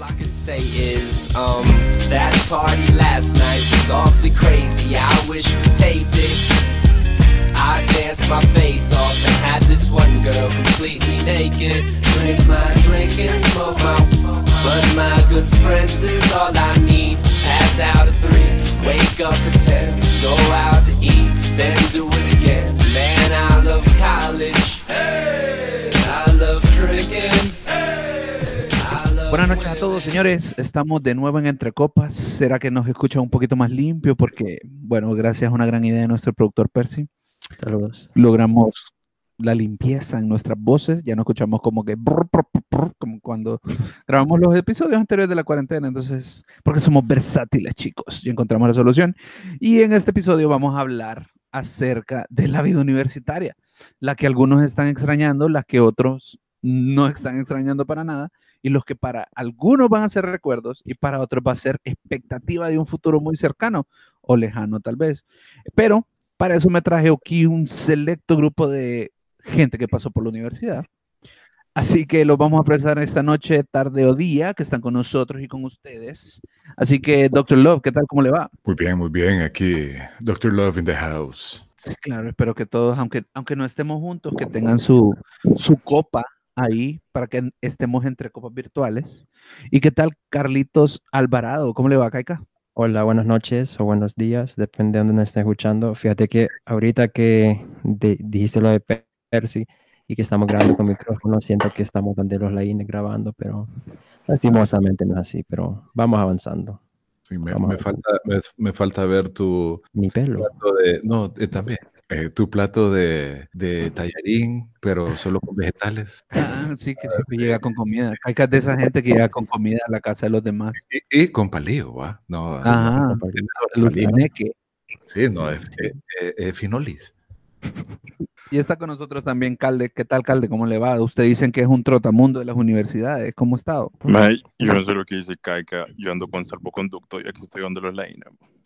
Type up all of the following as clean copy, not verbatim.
All I can say is, that party last night was awfully crazy. I wish we taped it. I danced my face off and had this one girl completely naked. Drink my drink and smoke my but my good friends is all I need. Pass out at 3, wake up at 10, go out to eat, then do it again. Man, I love college. Hey, I love drinking. Buenas noches a todos, señores. Estamos de nuevo en Entre Copas. ¿Será que nos escucha un poquito más limpio? Porque, bueno, gracias a una gran idea de nuestro productor Percy, saludos, logramos la limpieza en nuestras voces. Ya no escuchamos como que como cuando grabamos los episodios anteriores de la cuarentena. Entonces, porque somos versátiles, chicos, y encontramos la solución. Y en este episodio vamos a hablar acerca de la vida universitaria, la que algunos están extrañando, la que otros no están extrañando para nada, y los que para algunos van a ser recuerdos y para otros va a ser expectativa de un futuro muy cercano o lejano tal vez. Pero para eso me traje aquí un selecto grupo de gente que pasó por la universidad. Así que los vamos a presentar esta noche, tarde o día, que están con nosotros y con ustedes. Así que, Dr. Love, ¿qué tal? ¿Cómo le va? Muy bien. Aquí, Dr. Love in the house. Sí, claro, espero que todos, aunque no estemos juntos, que tengan su copa ahí para que estemos entre copas virtuales. ¿Y qué tal, Carlitos Alvarado? ¿Cómo le va, Kaika? Hola, buenas noches o buenos días, depende de dónde nos estén escuchando. Fíjate que ahorita que dijiste lo de Percy y que estamos grabando con micrófono, siento que estamos donde los laines grabando, pero lastimosamente no es así, pero vamos avanzando. Sí, me falta ver tu Mi pelo. Plato también. Tu plato de tallarín, pero solo con vegetales. Sí, que siempre llega con comida. Kaika es de esa gente que llega con comida a la casa de los demás. Y con palillo, ¿va? No, ajá, lufineque. Sí, no, es finolis. Y está con nosotros también Calde. ¿Qué tal, Calde? ¿Cómo le va? Ustedes dicen que es un trotamundo de las universidades. ¿Cómo ha estado? Yo no sé lo que dice Kaika. Yo ando con salvoconducto y aquí estoy donde los laines.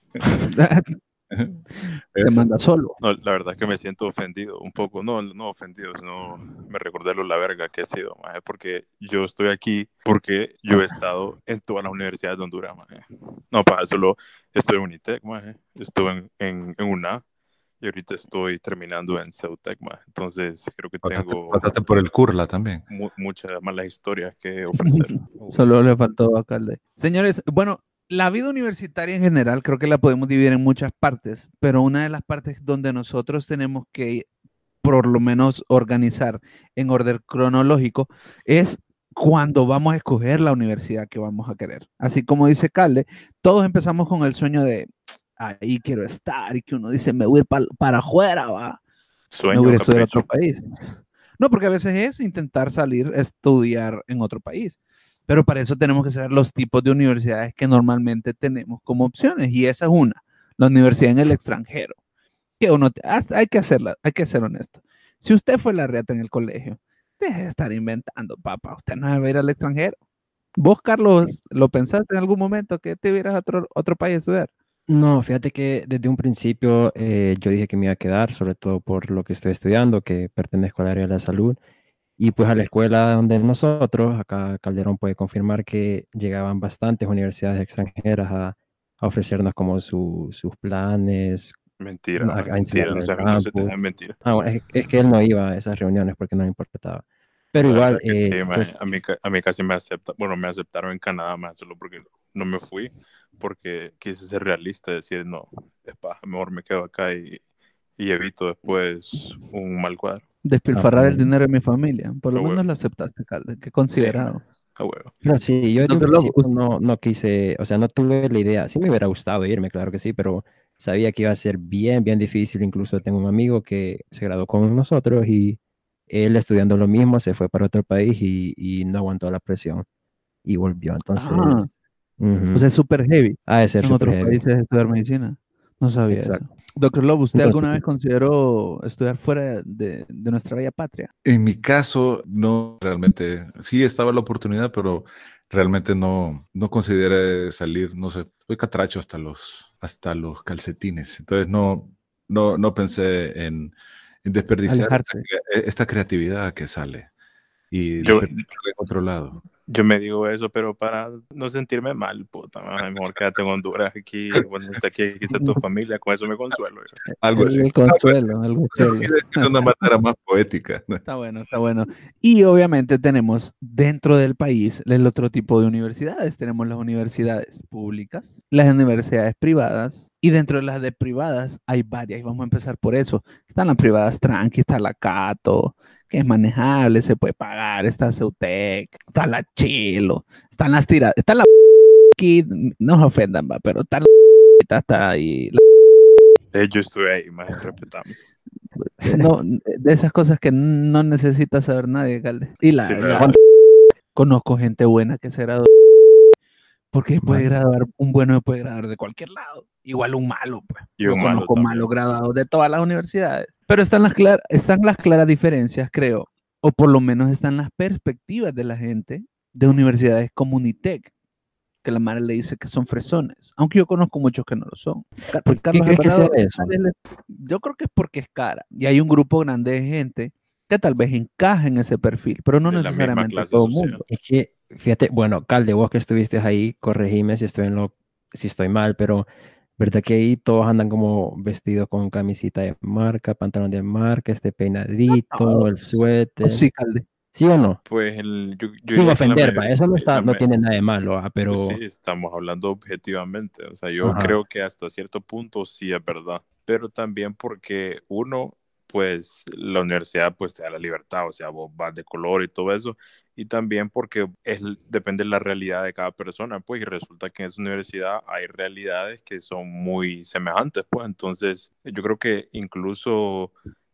Se manda solo. No, la verdad es que me siento ofendido un poco. No ofendido, sino me recordé la verga que he sido, maje, porque yo estoy aquí porque yo he estado en todas las universidades de Honduras, maje. No, solo estoy en Unitec, maje. Estuve en UNA. Y ahorita estoy terminando en Ceutec, entonces creo que tengo... Pasaste por el Curla también. Muchas malas historias que ofrecer. Solo le faltó a Calde. Señores, bueno, la vida universitaria en general creo que la podemos dividir en muchas partes, pero una de las partes donde nosotros tenemos que por lo menos organizar en orden cronológico es cuando vamos a escoger la universidad que vamos a querer. Así como dice Calde, todos empezamos con el sueño de... ahí quiero estar, y que uno dice, me voy a ir para afuera, va. Sueño, me voy a estudiar a otro país. No, porque a veces es intentar salir a estudiar en otro país. Pero para eso tenemos que saber los tipos de universidades que normalmente tenemos como opciones. Y esa es una, la universidad en el extranjero. Que uno, hay que ser honesto. Si usted fue la reata en el colegio, deje de estar inventando, papá. Usted no debe ir al extranjero. ¿Vos, Carlos, lo pensaste en algún momento que te vieras a otro país a estudiar? No, fíjate que desde un principio yo dije que me iba a quedar, sobre todo por lo que estoy estudiando, que pertenezco al área de la salud. Y pues a la escuela donde nosotros, acá Calderón puede confirmar que llegaban bastantes universidades extranjeras a ofrecernos como sus planes. Mentira, no se te da mentira. Bueno, es que él no iba a esas reuniones porque no le importaba. Pero igual... sí, pues, a mí casi me aceptaron en Canadá, solo porque no me fui, porque quise ser realista, decir, no, es paja, mejor me quedo acá y evito después un mal cuadro. Despilfarrar el dinero de mi familia. Por lo menos lo aceptaste, Calde. Qué considerado. A huevo. No, sí, yo no quise, o sea, no tuve la idea. Sí me hubiera gustado irme, claro que sí, pero sabía que iba a ser bien difícil. Incluso tengo un amigo que se graduó con nosotros y él estudiando lo mismo se fue para otro país y no aguantó la presión y volvió. Entonces, o sea, es súper heavy. De ser en super otros heavy. países estudiar medicina. No sabía eso. Dr. Love, ¿usted alguna vez consideró estudiar fuera de nuestra bella patria? En mi caso, no, realmente. Sí estaba la oportunidad, pero realmente no consideré salir, no sé, soy catracho hasta los calcetines. Entonces no pensé en desperdiciar esta creatividad que sale y en otro lado. Yo me digo eso, pero para no sentirme mal, puta, mejor quédate en Honduras, aquí, bueno, aquí está tu familia, con eso me consuelo. Algo así. El consuelo, el consuelo. Es una manera más poética. Está bueno, está bueno. Y obviamente tenemos dentro del país el otro tipo de universidades. Tenemos las universidades públicas, las universidades privadas, y dentro de las de privadas hay varias, y vamos a empezar por eso. Están las privadas tranqui, está la Cato, que es manejable, se puede pagar, está Ceutec, está la Chilo, están las tiradas, está la Kid, no se ofendan, va, pero está ahí. Yo estuve ahí, más respetable. No, de esas cosas que no necesita saber nadie, alcalde. Y Sí, ¿verdad? conozco gente buena que se graduó, porque puede Bueno. graduar, un bueno puede graduar de cualquier lado, igual un malo, pues. Y Yo un malo conozco también. malos graduados de todas las universidades, pero están las claras diferencias, creo, o por lo menos están las perspectivas de la gente de universidades como Unitec, que la madre le dice que son fresones, aunque yo conozco muchos que no lo son. ¿Por qué Carlos crees que sea Alvarado, eso? yo creo que es porque es cara y hay un grupo grande de gente que tal vez encaja en ese perfil, pero no De la misma necesariamente clase todo el social. mundo. Es que, fíjate, bueno, Calde, vos que estuviste ahí, corregime si si estoy mal, pero verdad que ahí todos andan como vestidos con camisita de marca, pantalón de marca, este peinadito, No, el suéter. sí, Calde. ¿Sí o no? Pues yo Sin diría que ofender, va, eso no tiene nada de malo, pues pero sí, estamos hablando objetivamente. O sea, yo ajá, creo que hasta cierto punto sí es verdad. Pero también porque uno, pues la universidad pues te da la libertad, o sea, vos vas de color y todo eso. Y también porque depende de la realidad de cada persona, pues, y resulta que en esa universidad hay realidades que son muy semejantes, pues. Entonces, yo creo que incluso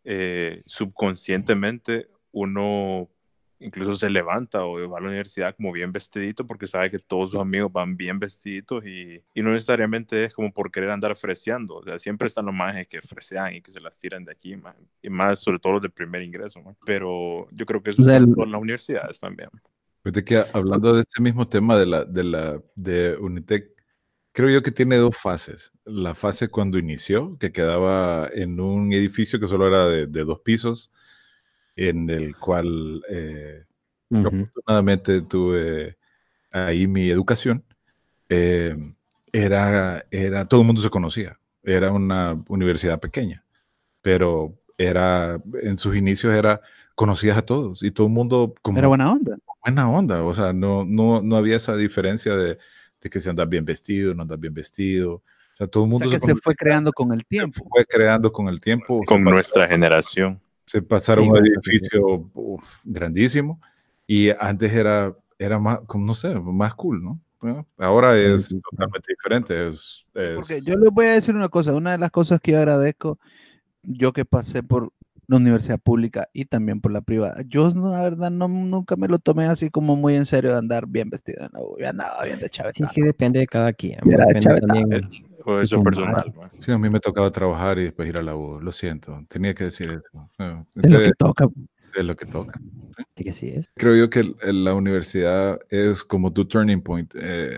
subconscientemente uno incluso se levanta o va a la universidad como bien vestidito porque sabe que todos sus amigos van bien vestiditos y no necesariamente es como por querer andar freseando. O sea, siempre están los majes que fresean y que se las tiran de aquí, man. Y más sobre todo los de primer ingreso, man. Pero yo creo que eso O sea, está en todas las universidades también. Fíjate que hablando de este mismo tema de Unitec, creo yo que tiene dos fases. La fase cuando inició, que quedaba en un edificio que solo era de 2 pisos, en el cual ujú, afortunadamente tuve ahí mi educación. eh, todo el mundo se conocía. Era una universidad pequeña, pero en sus inicios conocías a todos y todo el mundo como era buena onda. buena onda. O sea, no había esa diferencia de que si andas bien vestido, no andas bien vestido. O sea, todo el O sea, mundo que se fue creando con el tiempo. fue creando con el tiempo. Con nuestra generación. Se pasaron Sí, un bastante, sí. edificio grandísimo y antes era más, como no sé, más cool, ¿no? Bueno, ahora es Sí, sí. totalmente diferente. Porque yo les voy a decir una cosa, una de las cosas que yo agradezco, yo que pasé por la universidad pública y también por la privada, yo la verdad nunca me lo tomé así como muy en serio de andar bien vestido, no, yo andaba bien de Sí, chavetano. que depende de cada quien, Yo era de depende chavetano. también O de eso tu es madre. personal, man. Sí, a mí me tocaba trabajar y después ir a la U. Lo siento, tenía que decir eso. Es lo que Entonces, toca. es lo que toca. Sí que sí es. Creo yo que la universidad es como tu turning point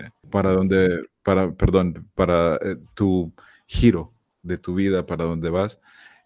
para tu giro de tu vida, para donde vas.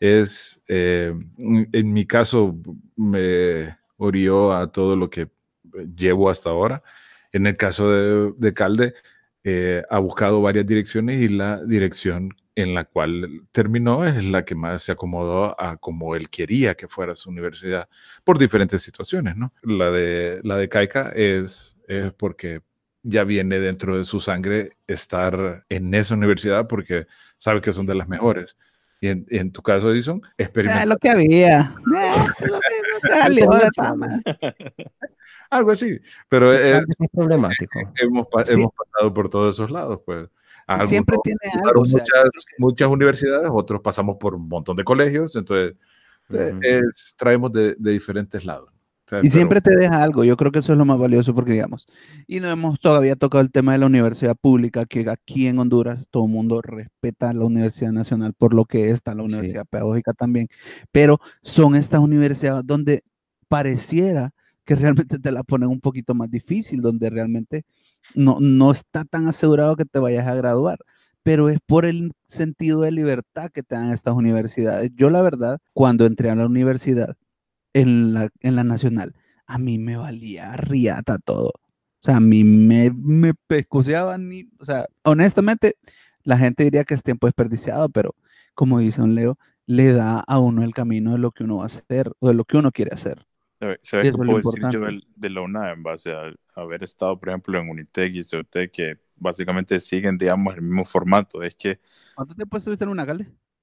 En mi caso, me orió a todo lo que llevo hasta ahora. En el caso de Calde, ha buscado varias direcciones y la dirección en la cual terminó es la que más se acomodó a como él quería que fuera su universidad por diferentes situaciones, ¿no? La de Caica es porque ya viene dentro de su sangre estar en esa universidad porque sabe que son de las mejores. Y en tu caso, Edison, experimentar Lo que había. Lo que salió de fama. algo así. Pero Claro que sí es problemático. Sí. hemos pasado por todos esos lados, pues. Algunos Siempre tiene pasaron algo, o sea, yo creo que muchas universidades, otros pasamos por un montón de colegios, entonces Ujú. traemos de diferentes lados. O sea, y pero siempre te deja algo, yo creo que eso es lo más valioso porque, digamos, y no hemos todavía tocado el tema de la universidad pública, que aquí en Honduras todo el mundo respeta la Universidad Nacional por lo que está la Sí. Universidad Pedagógica también, pero son estas universidades donde pareciera que realmente te la ponen un poquito más difícil, donde realmente no está tan asegurado que te vayas a graduar, pero es por el sentido de libertad que te dan estas universidades. Yo, la verdad, cuando entré a la universidad, en la nacional, a mí me valía riata todo. sea, a mí me pescuceaban, o sea, honestamente, la gente diría que es tiempo desperdiciado, pero como dice un Leo, le da a uno el camino de lo que uno va a hacer o de lo que uno quiere hacer. ¿Sabes Y qué eso es lo puedo decir yo importante. de la UNA en base a haber estado, por ejemplo, en Unitec y CEUTEC, que básicamente siguen, digamos, el mismo formato? Es que ¿Cuánto tiempo estuviste en una alcalde?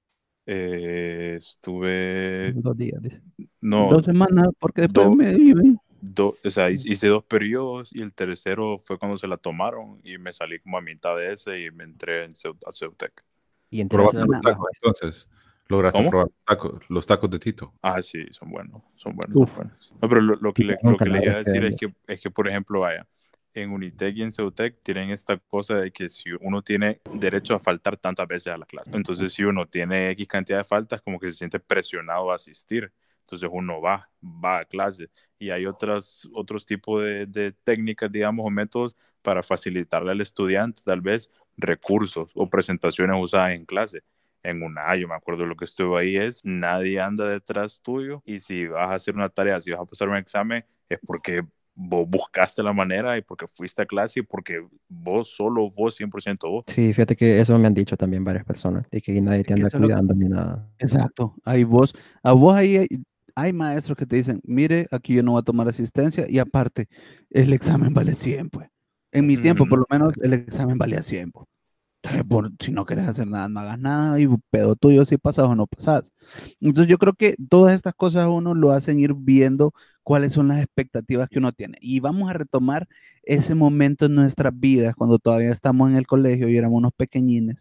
estuve, 2 días, dice. no, 2 semanas, porque después do- me iba. o sea, hice 2 periodos y el tercero fue cuando se la tomaron y me salí como a mitad de ese y me entré a CEUTEC. Y entre Probaste esas los Nada. las tacos, entonces. Lograste ¿Cómo? probar los tacos de Tito. Ah, sí, son buenos, son buenos, Uf. son buenos. No, pero lo que nunca les la iba a verdad decir es que, por ejemplo, vaya, en Unitec y en Ceutec tienen esta cosa de que si uno tiene derecho a faltar tantas veces a la clase, entonces si uno tiene X cantidad de faltas, como que se siente presionado a asistir. Entonces uno va a clase y hay otros tipos de técnicas, digamos, o métodos para facilitarle al estudiante, tal vez, recursos o presentaciones usadas en clase. En una, yo me acuerdo lo que estuvo ahí es, nadie anda detrás tuyo y si vas a hacer una tarea, si vas a pasar un examen, es porque vos buscaste la manera y porque fuiste a clase y porque vos 100% vos. Sí, fíjate que eso me han dicho también varias personas, de que nadie te Es que anda eso es lo cuidando ni nada. exacto. A vos ahí hay maestros que te dicen, mire, aquí yo no voy a tomar asistencia y aparte, el examen vale 100, pues. En mis tiempos, por lo menos, el examen valía 100, pues. Entonces, si no quieres hacer nada, no hagas nada y pedo tuyo si pasas o no pasas. Entonces, yo creo que todas estas cosas uno lo hacen ir viendo cuáles son las expectativas que uno tiene. Y vamos a retomar ese momento en nuestras vidas cuando todavía estamos en el colegio y éramos unos pequeñines.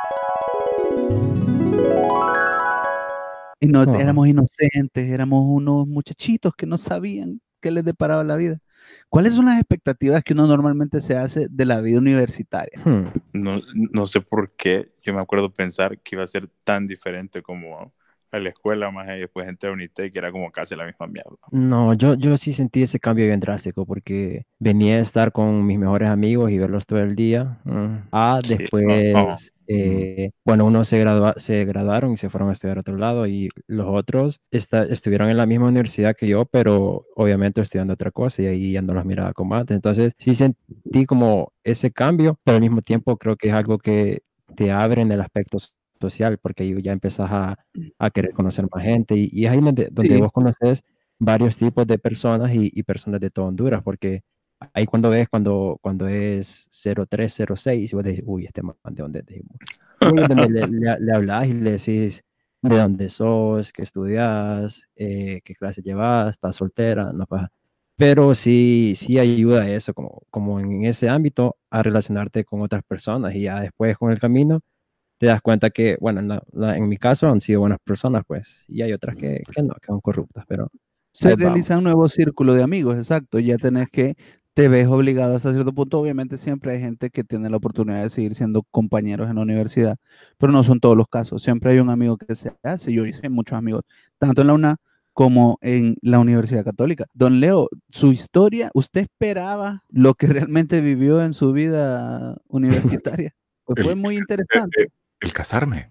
Y no No, éramos inocentes, éramos unos muchachitos que no sabían qué les deparaba la vida. ¿Cuáles son las expectativas que uno normalmente se hace de la vida universitaria? No sé por qué, yo me acuerdo pensar que iba a ser tan diferente como a la escuela, más y después entré a Unitec, que era como casi la misma mierda. No, yo sí sentí ese cambio bien drástico porque venía a estar con mis mejores amigos y verlos todo el día. Sí, no. Después, bueno, unos se graduaron y se fueron a estudiar a otro lado y los otros estuvieron en la misma universidad que yo, pero obviamente estudiando otra cosa y ahí ya no los miraba como antes. Entonces sí sentí como ese cambio, pero al mismo tiempo creo que es algo que te abre en el aspecto social porque ahí ya empezás a querer conocer más gente y es ahí donde Sí, vos conoces varios tipos de personas y personas de todo Honduras, porque ahí cuando ves cuando es 0306 y vos decís, uy, este man, ¿de dónde es? Y ahí es donde le hablas y le decís de dónde sos, qué estudias, qué clase llevas, estás soltera, no pasa. Pero sí ayuda eso, como en ese ámbito, a relacionarte con otras personas y ya después con el camino te das cuenta que, bueno, en mi caso han sido buenas personas, pues, y hay otras que no, que son corruptas, pero se ahí vamos. realiza un nuevo círculo de amigos, exacto. Ya tenés que, te ves obligado hasta cierto punto. Obviamente siempre hay gente que tiene la oportunidad de seguir siendo compañeros en la universidad, pero no son todos los casos. Siempre hay un amigo que se hace. Yo hice muchos amigos, tanto en la UNA como en la Universidad Católica. Don Leo, su historia, ¿usted esperaba lo que realmente vivió en su vida universitaria? Pues fue El, muy el- interesante. el casarme.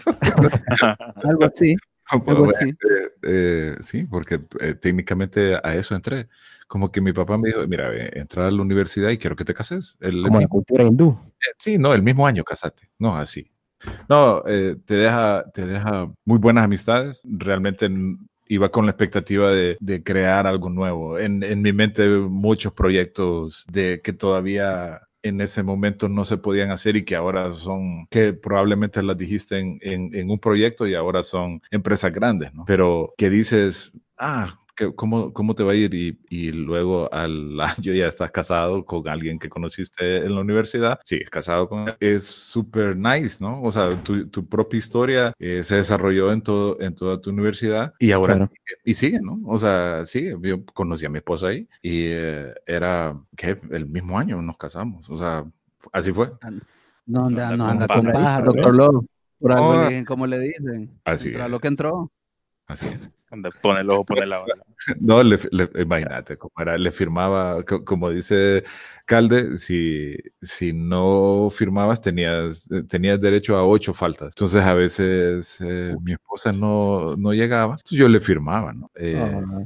Algo así, algo Bueno, así. sí, porque técnicamente a eso entré. Como que mi papá me dijo, mira, entra a la universidad y quiero que te cases. Como la cultura hindú. Sí, no, el mismo año casate. No, así. No, te deja muy buenas amistades. Realmente iba con la expectativa de crear algo nuevo. En mi mente muchos proyectos de que todavía en ese momento no se podían hacer y que ahora son, que probablemente las dijiste en un proyecto y ahora son empresas grandes, ¿no? Pero que dices, ¿cómo te va a ir? Y luego al año ya estás casado con alguien que conociste en la universidad. Sí, es casado con él. Es súper nice, ¿no? O sea, tu propia historia se desarrolló en toda tu universidad y ahora Claro. sigue, ¿no? O sea, sigue. Yo conocí a mi esposa ahí y era que el mismo año nos casamos. O sea, así fue. No No anda, anda no con anda Como con paja. paja, contraísta, ¿no? doctor Love. Por algo Oh, eligen como le dicen. así Entra es. lo que entró. Así es. Anda, pone el ojo, pone la bala. No, imagínate cómo era, le firmaba, como dice Calde, si no firmabas tenías derecho a 8 faltas. Entonces a veces mi esposa no llegaba, entonces yo le firmaba, ¿no? Ah,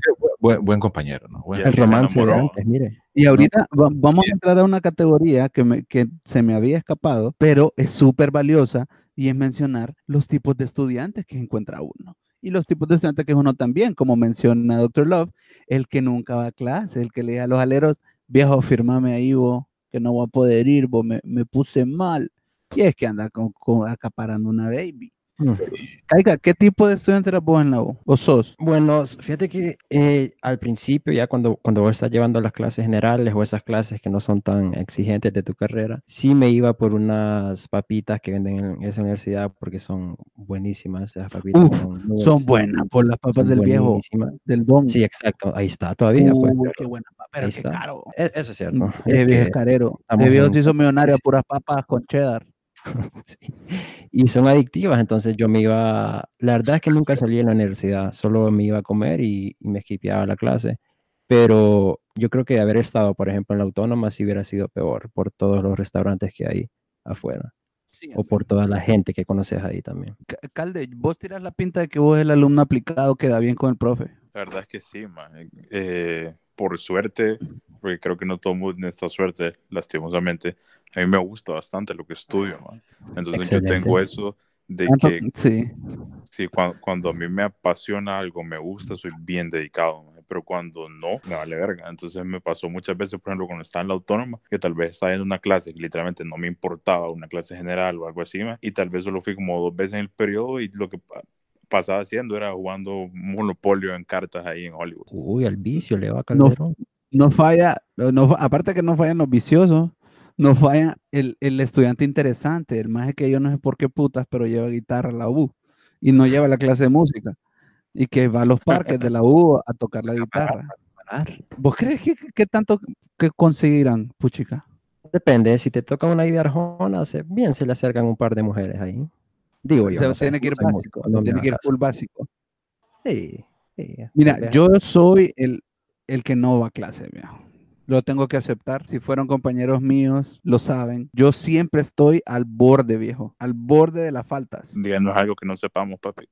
buen compañero, ¿no? Ya. El romance de enamoró. antes, mire. Y ahorita vamos a entrar a una categoría que se me había escapado, pero es súper valiosa y es mencionar los tipos de estudiantes que encuentra uno. Y los tipos de estudiantes que uno también, como menciona Dr. Love, el que nunca va a clase, el que le dice a los aleros, viejo, firmame ahí vos, que no voy a poder ir, vos me puse mal. Y es que anda acaparando una baby. Mm. Caiga, ¿qué tipo de estudiante eras vos en la U? ¿O sos? Bueno, fíjate que al principio, ya cuando vos estás llevando las clases generales o esas clases que no son tan exigentes de tu carrera, sí me iba por unas papitas que venden en esa universidad porque son buenísimas. Esas papitas Uf, con son nuggets buenas por las papas son del viejo, buenísimas. del don. Sí, exacto. Ahí está todavía, pues. Uy, Pero qué buena papa, pero ahí qué está. caro. Eso es cierto. Ese Es viejo es que carero. estamos Ese viejo en se hizo un millonario a país. puras papas con cheddar. Sí. Y son adictivas, entonces yo me iba, la verdad es que nunca salí de la universidad, solo me iba a comer y me esquipeaba la clase, pero yo creo que de haber estado, por ejemplo, en la Autónoma sí hubiera sido peor por todos los restaurantes que hay afuera Sí, o por toda la gente que conoces ahí también. Calde, vos tiras la pinta de que vos el alumno aplicado queda bien con el profe. La verdad es que sí, man. Por suerte, porque creo que no todo el mundo tiene esta suerte, lastimosamente, a mí me gusta bastante lo que estudio, man. Entonces yo tengo Excelente. eso de Tanto- que sí. sí, cuando a mí me apasiona algo, me gusta, soy bien dedicado, man. Pero cuando no, me vale verga. Entonces me pasó muchas veces, por ejemplo, cuando estaba en la autónoma, que tal vez estaba en una clase que literalmente no me importaba, una clase general o algo así, man, y tal vez solo fui como 2 veces en el periodo y lo que pasaba haciendo era jugando Monopolio en cartas ahí en Hollywood. Uy, al vicio le va a No, Calderón. no falla, aparte que no fallan los viciosos, no falla el estudiante interesante, el más que yo no sé por qué putas, pero lleva guitarra a la U y no lleva la clase de música y que va a los parques de la U a tocar la guitarra. ¿Vos crees que tanto que conseguirán, puchica? Depende, si te toca una idea arjona, bien se le acercan un par de mujeres ahí. Digo yo, Se no sé, tiene que no ir soy básico, músico, no me tiene que hagas ir caso. full básico. Sí, sí, Mira, tal vez. yo soy el que no va a clase, viejo. Lo tengo que aceptar. Si fueron compañeros míos, lo saben. Yo siempre estoy al borde, viejo. Al borde de las faltas. Díganos algo que no sepamos, papi.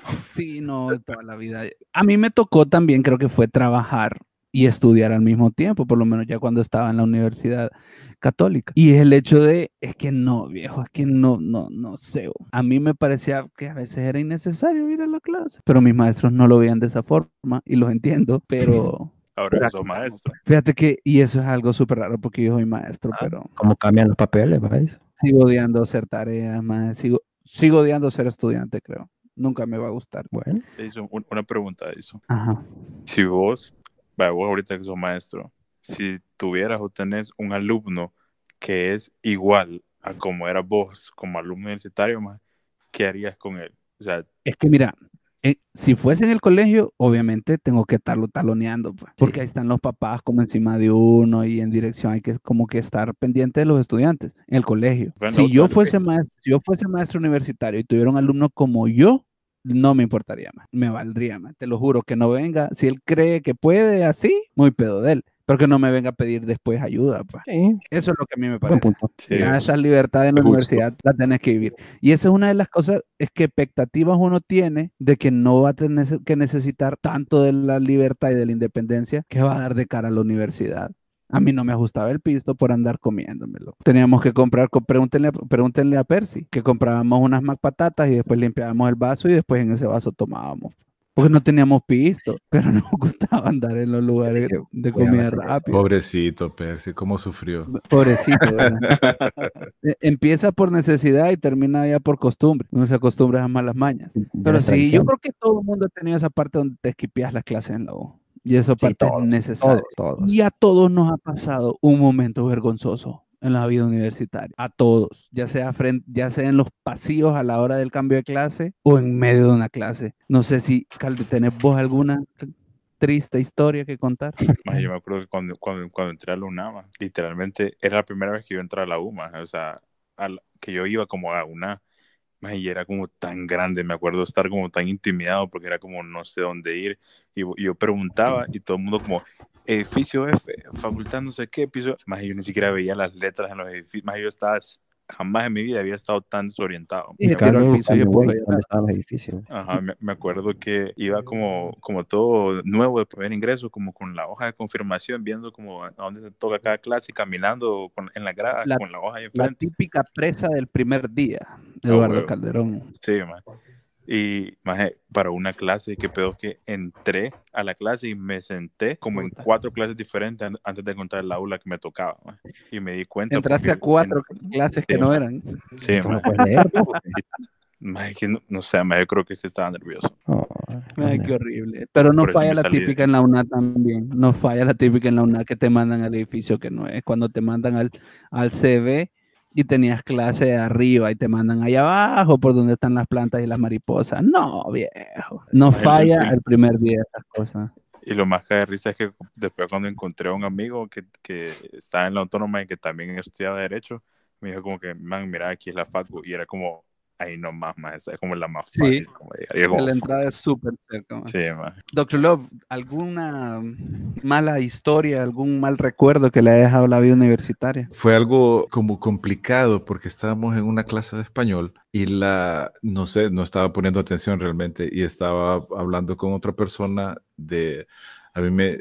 Sí, no, toda la vida. A mí me tocó también, creo que fue trabajar y estudiar al mismo tiempo, por lo menos ya cuando estaba en la universidad católica. Y el hecho es que no, viejo, es que no sé. A mí me parecía que a veces era innecesario ir a la clase, pero mis maestros no lo veían de esa forma y los entiendo, pero... Ahora pero que aquí sos estamos. maestro. Fíjate que, y eso es algo súper raro porque yo soy maestro, pero ¿Cómo cambian los papeles, ¿vais? sigo odiando hacer tareas, más, sigo odiando ser estudiante, creo. Nunca me va a gustar. Bueno, Te hizo una pregunta, eso. Ajá. Si vos ahorita que sos maestro, si tuvieras o tenés un alumno que es igual a como eras vos como alumno universitario, man, ¿qué harías con él? O sea, Es que mira, si fuese en el colegio, obviamente tengo que estarlo taloneando, pues, porque ahí están los papás como encima de uno y en dirección hay que como que estar pendiente de los estudiantes en el colegio. Bueno, Si yo dale. fuese maestro universitario y tuviera un alumno como yo, no me importaría más, me valdría más. Te lo juro que no venga, si él cree que puede así, muy pedo de él, pero que no me venga a pedir después ayuda, pues. sí, Eso es lo que a mí me buen parece. punto. Sí, Ya esa libertad en la es justo. universidad la tenés que vivir. Y esa es una de las cosas, es que expectativas uno tiene de que no va a tener que necesitar tanto de la libertad y de la independencia que va a dar de cara a la universidad. A mí no me ajustaba el pisto por andar comiéndomelo. Teníamos que comprar, pregúntenle a Percy, que comprábamos unas patatas y después limpiábamos el vaso y después en ese vaso tomábamos. Porque no teníamos pisto, pero nos gustaba andar en los lugares Dije, de voy a comida hacer eso. rápida. Pobrecito, Percy, cómo sufrió. Pobrecito, ¿verdad? Empieza por necesidad y termina ya por costumbre. Uno se acostumbra a malas mañas. Ya Pero es sí, yo tradición. creo que todo el mundo ha tenido esa parte donde te esquipeas las clases en la U. Y esa Sí, parte es todos, necesaria. todos. Y a todos nos ha pasado un momento vergonzoso en la vida universitaria. A todos. Ya sea en los pasillos a la hora del cambio de clase o en medio de una clase. No sé si, Calde, ¿tenés vos alguna triste historia que contar? Más yo me acuerdo que cuando entré a la UNAM, literalmente era la primera vez que yo entré a la UMA, o sea, que yo iba como a una, y era como tan grande, me acuerdo estar como tan intimidado porque era como no sé dónde ir, y yo preguntaba y todo el mundo como, edificio F, facultad no sé qué, piso, más yo ni siquiera veía las letras en los edificios, más yo estaba jamás en mi vida había estado tan desorientado. Y se tiró al piso y ¿Dónde estaban los edificios? Ajá, me acuerdo que iba como todo nuevo de primer ingreso, como con la hoja de confirmación, viendo como a dónde se toca cada clase y caminando en la grada con la hoja ahí La enfrente. típica presa del primer día, Eduardo huevo. Calderón. Sí, man. Y maje, para una clase, que pedo que entré a la clase y me senté como en 4 clases diferentes antes de encontrar el aula que me tocaba, man. Y me di cuenta. Entraste a 4 clases que no eran. Sí, ¿Tú man. no puedes leer? Maje, que no sé, maje, yo creo que es que estaba nervioso. Oh, Ay, qué horrible. Pero no Por eso falla me la salí. típica en la UNA también. No falla la típica en la UNA que te mandan al edificio que no es. Cuando te mandan al CV y tenías clase arriba y te mandan allá abajo por donde están las plantas y las mariposas. No, viejo. No Maje, falla el primer día esas cosas. Y lo más que de risa es que después cuando encontré a un amigo que estaba en la autónoma y que también estudiaba Derecho, me dijo como que, man, mira, aquí es la facu. Y era como, ahí nomás, man, esta es como la más Sí. fácil. Como llegar. Y era como, La entrada es súper cerca. Man. sí, man. Dr. Love, ¿alguna mala historia, algún mal recuerdo que le haya dejado la vida universitaria? Fue algo como complicado porque estábamos en una clase de español y no sé, no estaba poniendo atención realmente y estaba hablando con otra persona a mí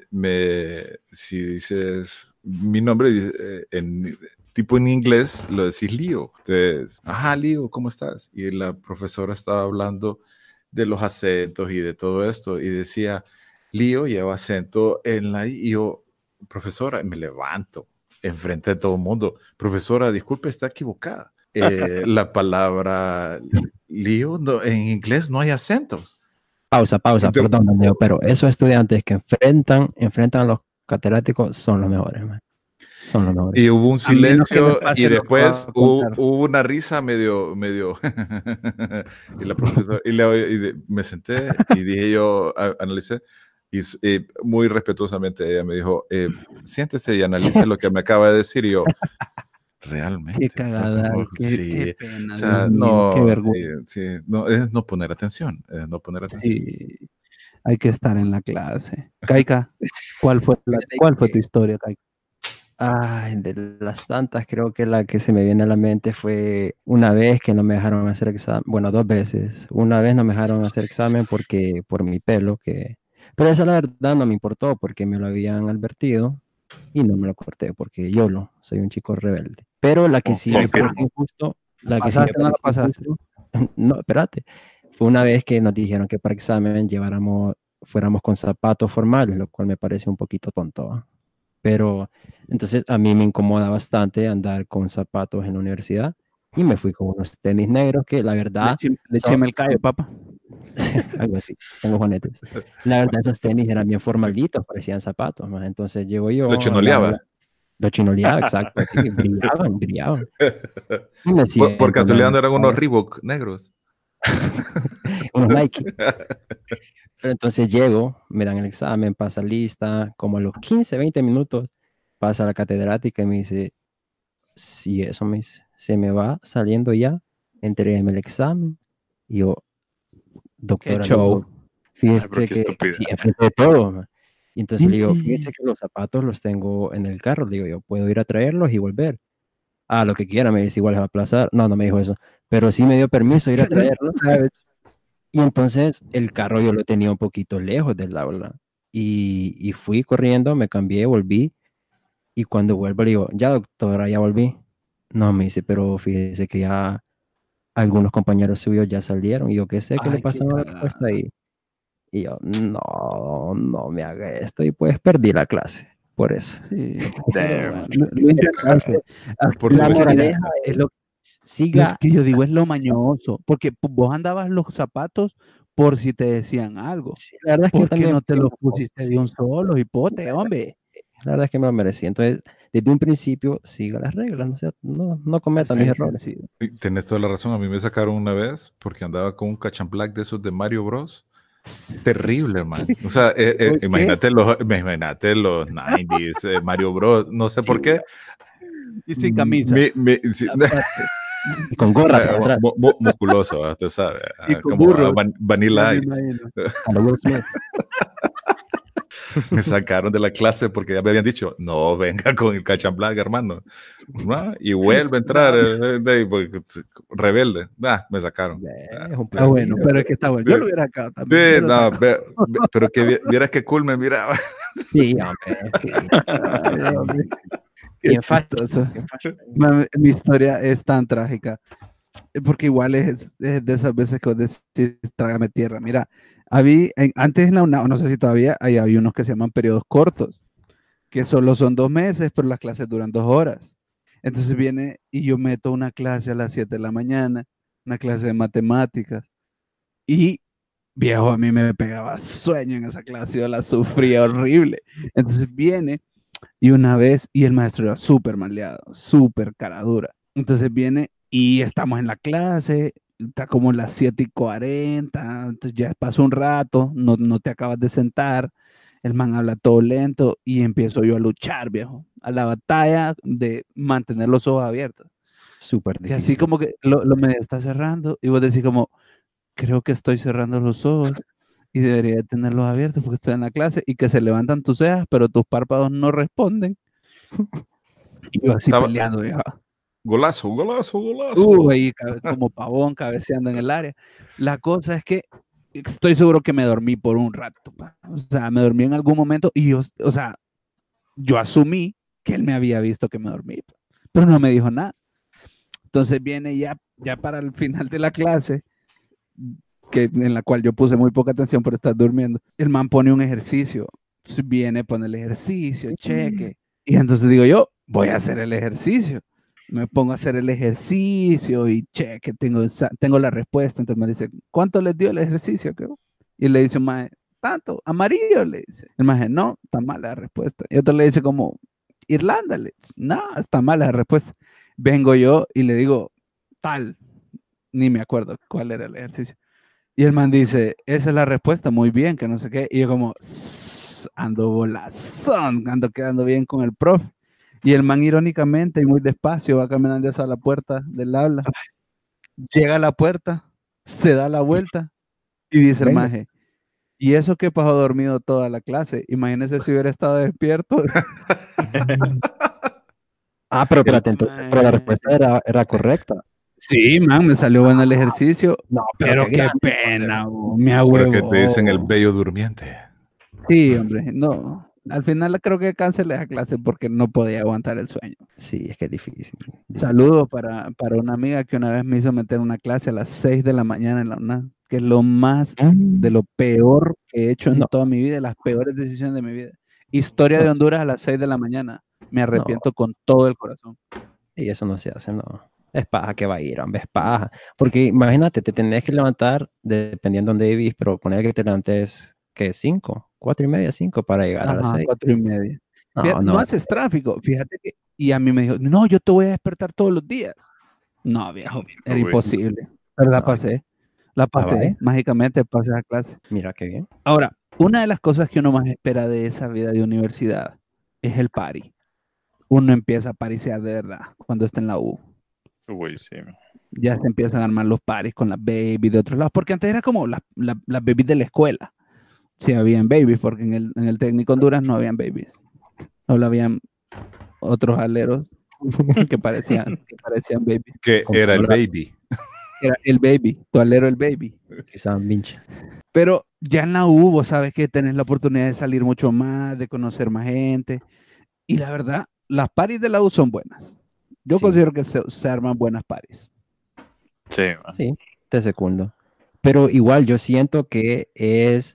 si dices mi nombre, tipo en inglés lo decís Lío. Entonces, ajá, Lío, ¿cómo estás? Y la profesora estaba hablando de los acentos y de todo esto y decía, Lío lleva acento en la I. Y yo, profesora, me levanto enfrente de todo el mundo. Profesora, disculpe, está equivocada. La palabra lío en inglés no hay acentos. Pausa, perdón, Leo, pero esos estudiantes que enfrentan a los catedráticos son los mejores, man. Son los mejores. Y hubo un silencio y lo después que va a contar. hubo una risa medio y la profesora me senté y dije yo, analicé y muy respetuosamente ella me dijo, siéntese y analice lo que me acaba de decir y yo, realmente. Qué cagada, Sí, qué pena, o sea, Dios mío, no, qué vergüenza. sí, no, es no poner atención, es no poner atención. Sí, hay que estar en la clase. Kaika, ¿cuál fue tu historia, Kaika? Ay, de las tantas, creo que la que se me viene a la mente fue una vez que no me dejaron hacer examen, bueno, 2 veces. Una vez no me dejaron hacer examen por mi pelo, pero esa la verdad no me importó porque me lo habían advertido y no me lo corté porque yo soy un chico rebelde. Pero la que sí me pareció injusto, no, espérate, fue una vez que nos dijeron que para examen fuéramos con zapatos formales, lo cual me parece un poquito tonto, ¿eh? Pero entonces a mí me incomoda bastante andar con zapatos en la universidad y me fui con unos tenis negros que la verdad... Le eché el callo, papá. Algo así, tengo juanetes. La verdad esos tenis eran bien formalitos, parecían zapatos, más. Entonces llego yo... Lo chinoleaba. Lo chinoleaba, exacto. Sí, brillaban. Por casualidad no eran unos Reebok negros. Unos Nike. Pero entonces llego, me dan el examen, pasa lista, como a los 15, 20 minutos pasa la catedrática y me dice, sí, eso me dice, se me va saliendo ya, entrégueme el examen. Y yo, doctora, fíjese que sí, enfrente de todo, man. Y entonces le digo, fíjese que los zapatos los tengo en el carro, le digo, yo puedo ir a traerlos y volver. Ah, lo que quiera, me dice, igual les va a aplazar. No me dijo eso, pero sí me dio permiso ir a traerlos, ¿sabes? Y entonces el carro yo lo tenía un poquito lejos del aula y fui corriendo, me cambié, volví y cuando vuelvo le digo, ya doctora, ya volví. No, me dice, pero fíjese que ya algunos compañeros suyos ya salieron y yo qué sé qué le pasó a la respuesta ahí. Y yo, no me haga esto y pues perdí la clase por eso. Sí. La moraleja es lo siga. Que yo digo es lo mañoso, porque vos andabas los zapatos por si te decían algo. Sí, la verdad es que también no te los pusiste de un solo, hipote, hombre. La verdad es que me lo merecí. Entonces, desde un principio, siga las reglas, no cometa mis errores. Sí. Tienes toda la razón. A mí me sacaron una vez porque andaba con un catch and black de esos de Mario Bros. Terrible, man. O sea, imagínate los 90s, Mario Bros. No sé por qué. Y sin camisa. Y con gorra. Musculoso, usted sabe. Y con como burro. Vanilla Ice. Me sacaron de la clase porque ya me habían dicho, no venga con el cachamblán, hermano. ¿No? Y vuelve a entrar, rebelde. Me sacaron. Es un Está bueno, prohibido. pero es que está bueno. Yo lo hubiera sacado también. Sí, Yo lo no, saco. pero que vieras que cool me miraba. Sí, hombre, sí. Ay, hombre, qué Bien fácil. chistoso. Bien fácil. Mi historia es tan trágica, porque igual es de esas veces que vos decís, trágame tierra. Mira, antes en la UNAM, no sé si todavía, hay unos que se llaman periodos cortos, que solo son 2 meses, pero las clases duran 2 horas. Entonces viene y yo meto una clase a las 7 de la mañana, una clase de matemáticas, y viejo, a mí me pegaba sueño en esa clase, yo la sufría horrible. Entonces viene y una vez, y el maestro era súper maleado, súper cara dura. Entonces viene y estamos en la clase, está como las 7:40, entonces ya pasó un rato, no te acabas de sentar, el man habla todo lento y empiezo yo a luchar, viejo, a la batalla de mantener los ojos abiertos. Súper Que así difícil. como que lo me está cerrando y vos decís como, creo que estoy cerrando los ojos y debería de tenerlos abiertos porque estoy en la clase y que se levantan tus cejas, pero tus párpados no responden. Y yo así Estaba- peleando, vieja. Golazo, golazo, golazo. Ahí como pavón cabeceando en el área. La cosa es que estoy seguro que me dormí por un rato, pa. O sea, me dormí en algún momento y yo, o sea, yo asumí que él me había visto que me dormí, pa, pero no me dijo nada. Entonces viene ya para el final de la clase, en la cual yo puse muy poca atención por estar durmiendo. El man pone un ejercicio, viene, pone el ejercicio, cheque. Y entonces digo yo, voy a hacer el ejercicio. Me pongo a hacer el ejercicio y cheque, tengo la respuesta. Entonces me dice, ¿cuánto les dio el ejercicio? Y le dice, mae, tanto, amarillo, le dice. El maje, no, está mala la respuesta. Y otro le dice como, Irlanda, le dice, no, está mala la respuesta. Vengo yo y le digo, tal, ni me acuerdo cuál era el ejercicio. Y el man dice, esa es la respuesta, muy bien, que no sé qué. Y yo como, ando volazón, ando quedando bien con el profe. Y el man irónicamente y muy despacio va caminando hacia la puerta del aula. Llega a la puerta, se da la vuelta y dice el Venga. maje, ¿y eso que pasó dormido toda la clase? Imagínese si hubiera estado despierto. Ah, pero espérate, entonces, pero la respuesta era correcta. Sí, man, me salió bueno el ejercicio, No, pero qué qué grande, pena, entonces. me Porque te dicen el ahuevó. bello durmiente. Sí, hombre, no. Al final creo que cancelé esa clase porque no podía aguantar el sueño. Sí, es que es difícil. Saludos para una amiga que una vez me hizo meter una clase a las 6 de la mañana en la UNAM, que es lo más de lo peor que he hecho en No. toda mi vida, las peores decisiones de mi vida. Historia No. de Honduras a las 6 de la mañana. Me arrepiento con todo el corazón. Y eso no se hace, no. Es paja que va a ir, hombre, es paja. Porque imagínate, te tenés que levantar, dependiendo de dónde vivís, pero poner que te levantes, ¿qué? 5, 4:30, 5 para llegar a las Ajá, 6. 4:30. No, Fíjate, no no va a haces ser. tráfico, fíjate que, y a mí me dijo, no, yo te voy a despertar todos los días. No, viejo, era Uy. imposible. Pero la No, pasé, vaya. mágicamente pasé a clase. Mira qué bien. Ahora, una de las cosas que uno más espera de esa vida de universidad es el party. Uno empieza a parisear de verdad cuando está en la U. Uy, sí. Ya se empiezan a armar los paris con las babies de otros lados, porque antes era como las babies de la escuela. Sí, habían babies, porque en el técnico Honduras no habían babies. Solo habían otros aleros que parecían babies. Que Como era el ahora, baby. Era el baby, tu alero el baby. quizás vinche. Pero ya en la U, vos sabes que tenés la oportunidad de salir mucho más, de conocer más gente. Y la verdad, las paris de la U son buenas. Yo Sí. considero que se arman buenas paris. Sí, man. Sí, te secundo. Pero igual yo siento que es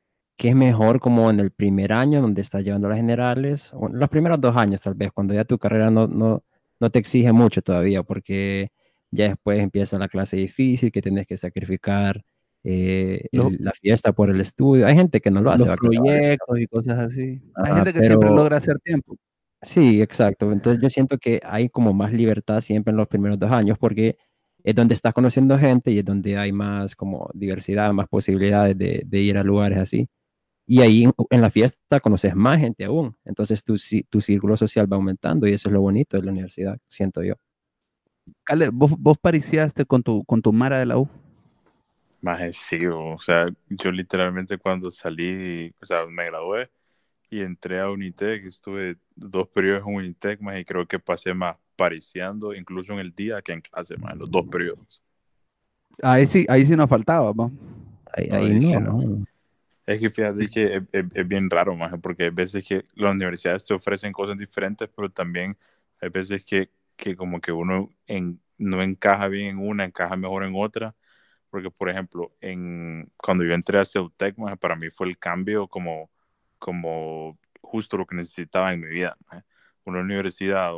mejor como en el primer año donde estás llevando las generales, o en los primeros 2 años tal vez, cuando ya tu carrera no te exige mucho todavía, porque ya después empieza la clase difícil, que tienes que sacrificar Los, la fiesta por el estudio. Hay gente que no lo hace, los va, que le vale. proyectos y cosas así. Hay Ajá, gente que siempre pero logra hacer tiempo. sí, exacto. Entonces yo siento que hay como más libertad siempre en los primeros 2 años, porque es donde estás conociendo gente y es donde hay más como diversidad, más posibilidades de ir a lugares así. Y ahí en la fiesta conoces más gente aún. Entonces tu círculo social va aumentando y eso es lo bonito de la universidad, siento yo. Cale, vos pariciaste con tu Mara de la U. Más sí, o sea, yo literalmente cuando salí, o sea, me gradué y entré a Unitec, estuve 2 periodos en Unitec, más, y creo que pasé más pariciando, incluso en el día que en clase, más, en los 2 periodos. Ahí sí nos faltaba, ¿va? Ahí Ahí sí, no, no. man. Es que fíjate que es bien raro, más, porque hay veces que las universidades te ofrecen cosas diferentes, pero también hay veces que como que uno no encaja bien en una, encaja mejor en otra. Porque, por ejemplo, cuando yo entré a Ceutec, maje, para mí fue el cambio como justo lo que necesitaba en mi vida, maje. Una universidad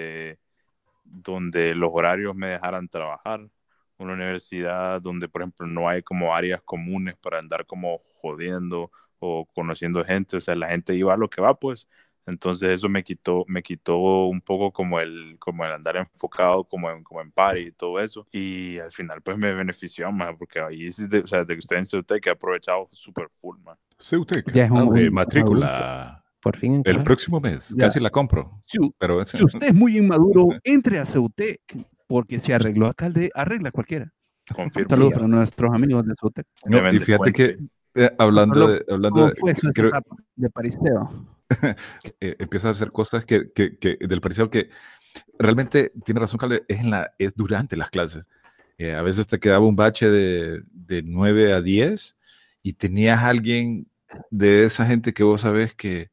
donde los horarios me dejaran trabajar, una universidad donde, por ejemplo, no hay como áreas comunes para andar como jodiendo o conociendo gente, o sea, la gente iba a lo que va, pues. Entonces eso me quitó un poco como el andar enfocado como en party y todo eso. Y al final pues me benefició más porque ahí, o sea, de que estoy en Ceutec he aprovechado súper full, man. Ceutec, Ya es abre un matrícula Por fin el encajaste. próximo mes. Ya. Casi la compro. Si, Pero si usted es muy inmaduro, entre a Ceutec, porque si arregló alcalde, arregla cualquiera. Confirmo. Saludos para nuestros amigos de Ceutec. no, Deben y de fíjate que cuenta. hablando ¿Cómo de, fue su creo, etapa de pariseo? empieza a hacer cosas que del parecer que realmente tiene razón, Calde, es durante las clases. A veces te quedaba un bache de 9 a 10 y tenías a alguien de esa gente que vos sabés que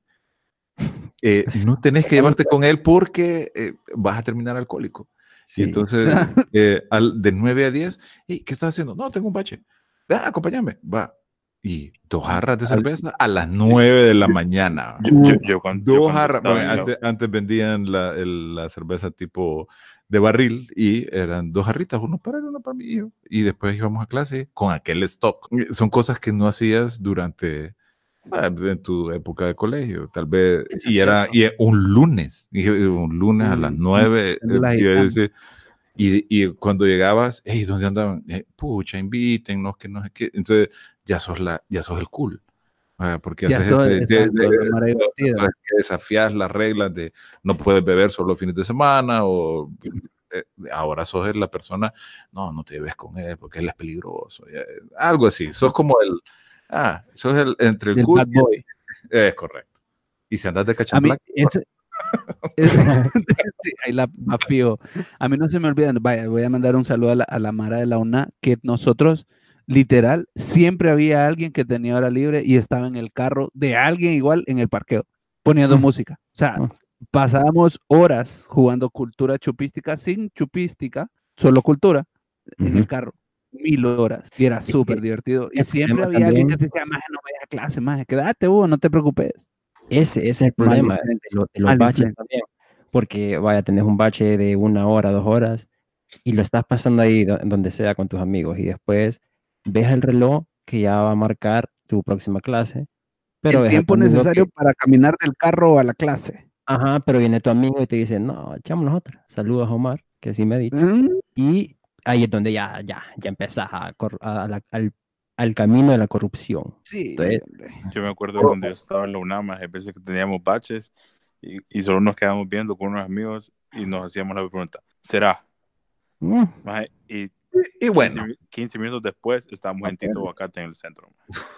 no tenés que llevarte con él porque vas a terminar alcohólico. Sí. Y entonces, de 9 a 10, ¿qué estás haciendo? No, tengo un bache. Acompáñame, va. Y 2 jarras de cerveza a las 9 de la mañana. Yo cuando 2 jarras. estaba Bueno, en antes vendían la cerveza tipo de barril y eran 2 jarritas, uno para él, uno para mí. Y después íbamos a clase con aquel stock. Son cosas que no hacías durante en tu época de colegio, tal vez. Eso es Y cierto. un lunes a las 9. La Iba a gitana. decir, y cuando llegabas, hey, ¿dónde andaban? Pucha, invítennos, que no sé qué. Entonces, ya sos el cool. Porque Ya haces soy, exacto, la mara divertida. que desafías las reglas de no puedes beber solo fines de semana o ahora sos la persona, no te lleves con él porque él es peligroso. Algo así. Sos como sos entre el Del cool bad boy. es correcto. Y si andas de A mí, cachamblac, sí, ahí la fijo. A mí no se me olvida, vaya, voy a mandar un saludo a la Mara de la UNA, que nosotros, literal, siempre había alguien que tenía hora libre y estaba en el carro de alguien igual en el parqueo, poniendo música. O sea, pasábamos horas jugando cultura chupística sin chupística, solo cultura, en el carro. 1000 horas. Y era súper divertido. Y el siempre problema había alguien que también- te decía, maje, no vayas a clase, maje, quédate, no te preocupes. Ese es el Mala problema de influencia, los mala baches influencia. también. Porque vaya, tenés un bache de 1 hora, 2 horas y lo estás pasando ahí donde sea con tus amigos y después ves el reloj que ya va a marcar tu próxima clase, pero El ves a tu tiempo amigo necesario que, para caminar del carro a la clase. ajá, pero viene tu amigo y te dice, no, echámonos otra. Saludos a Omar, que sí me ha dicho. Mm, Y ahí es donde ya empezás al camino de la corrupción. Sí, Entonces, hombre. Yo me acuerdo cuando yo estaba en la UNAM, hay veces que teníamos baches y solo nos quedábamos viendo con unos amigos y nos hacíamos la pregunta, ¿será? Maje, y y bueno. 15 minutos después estábamos en Tito Bacate en el centro.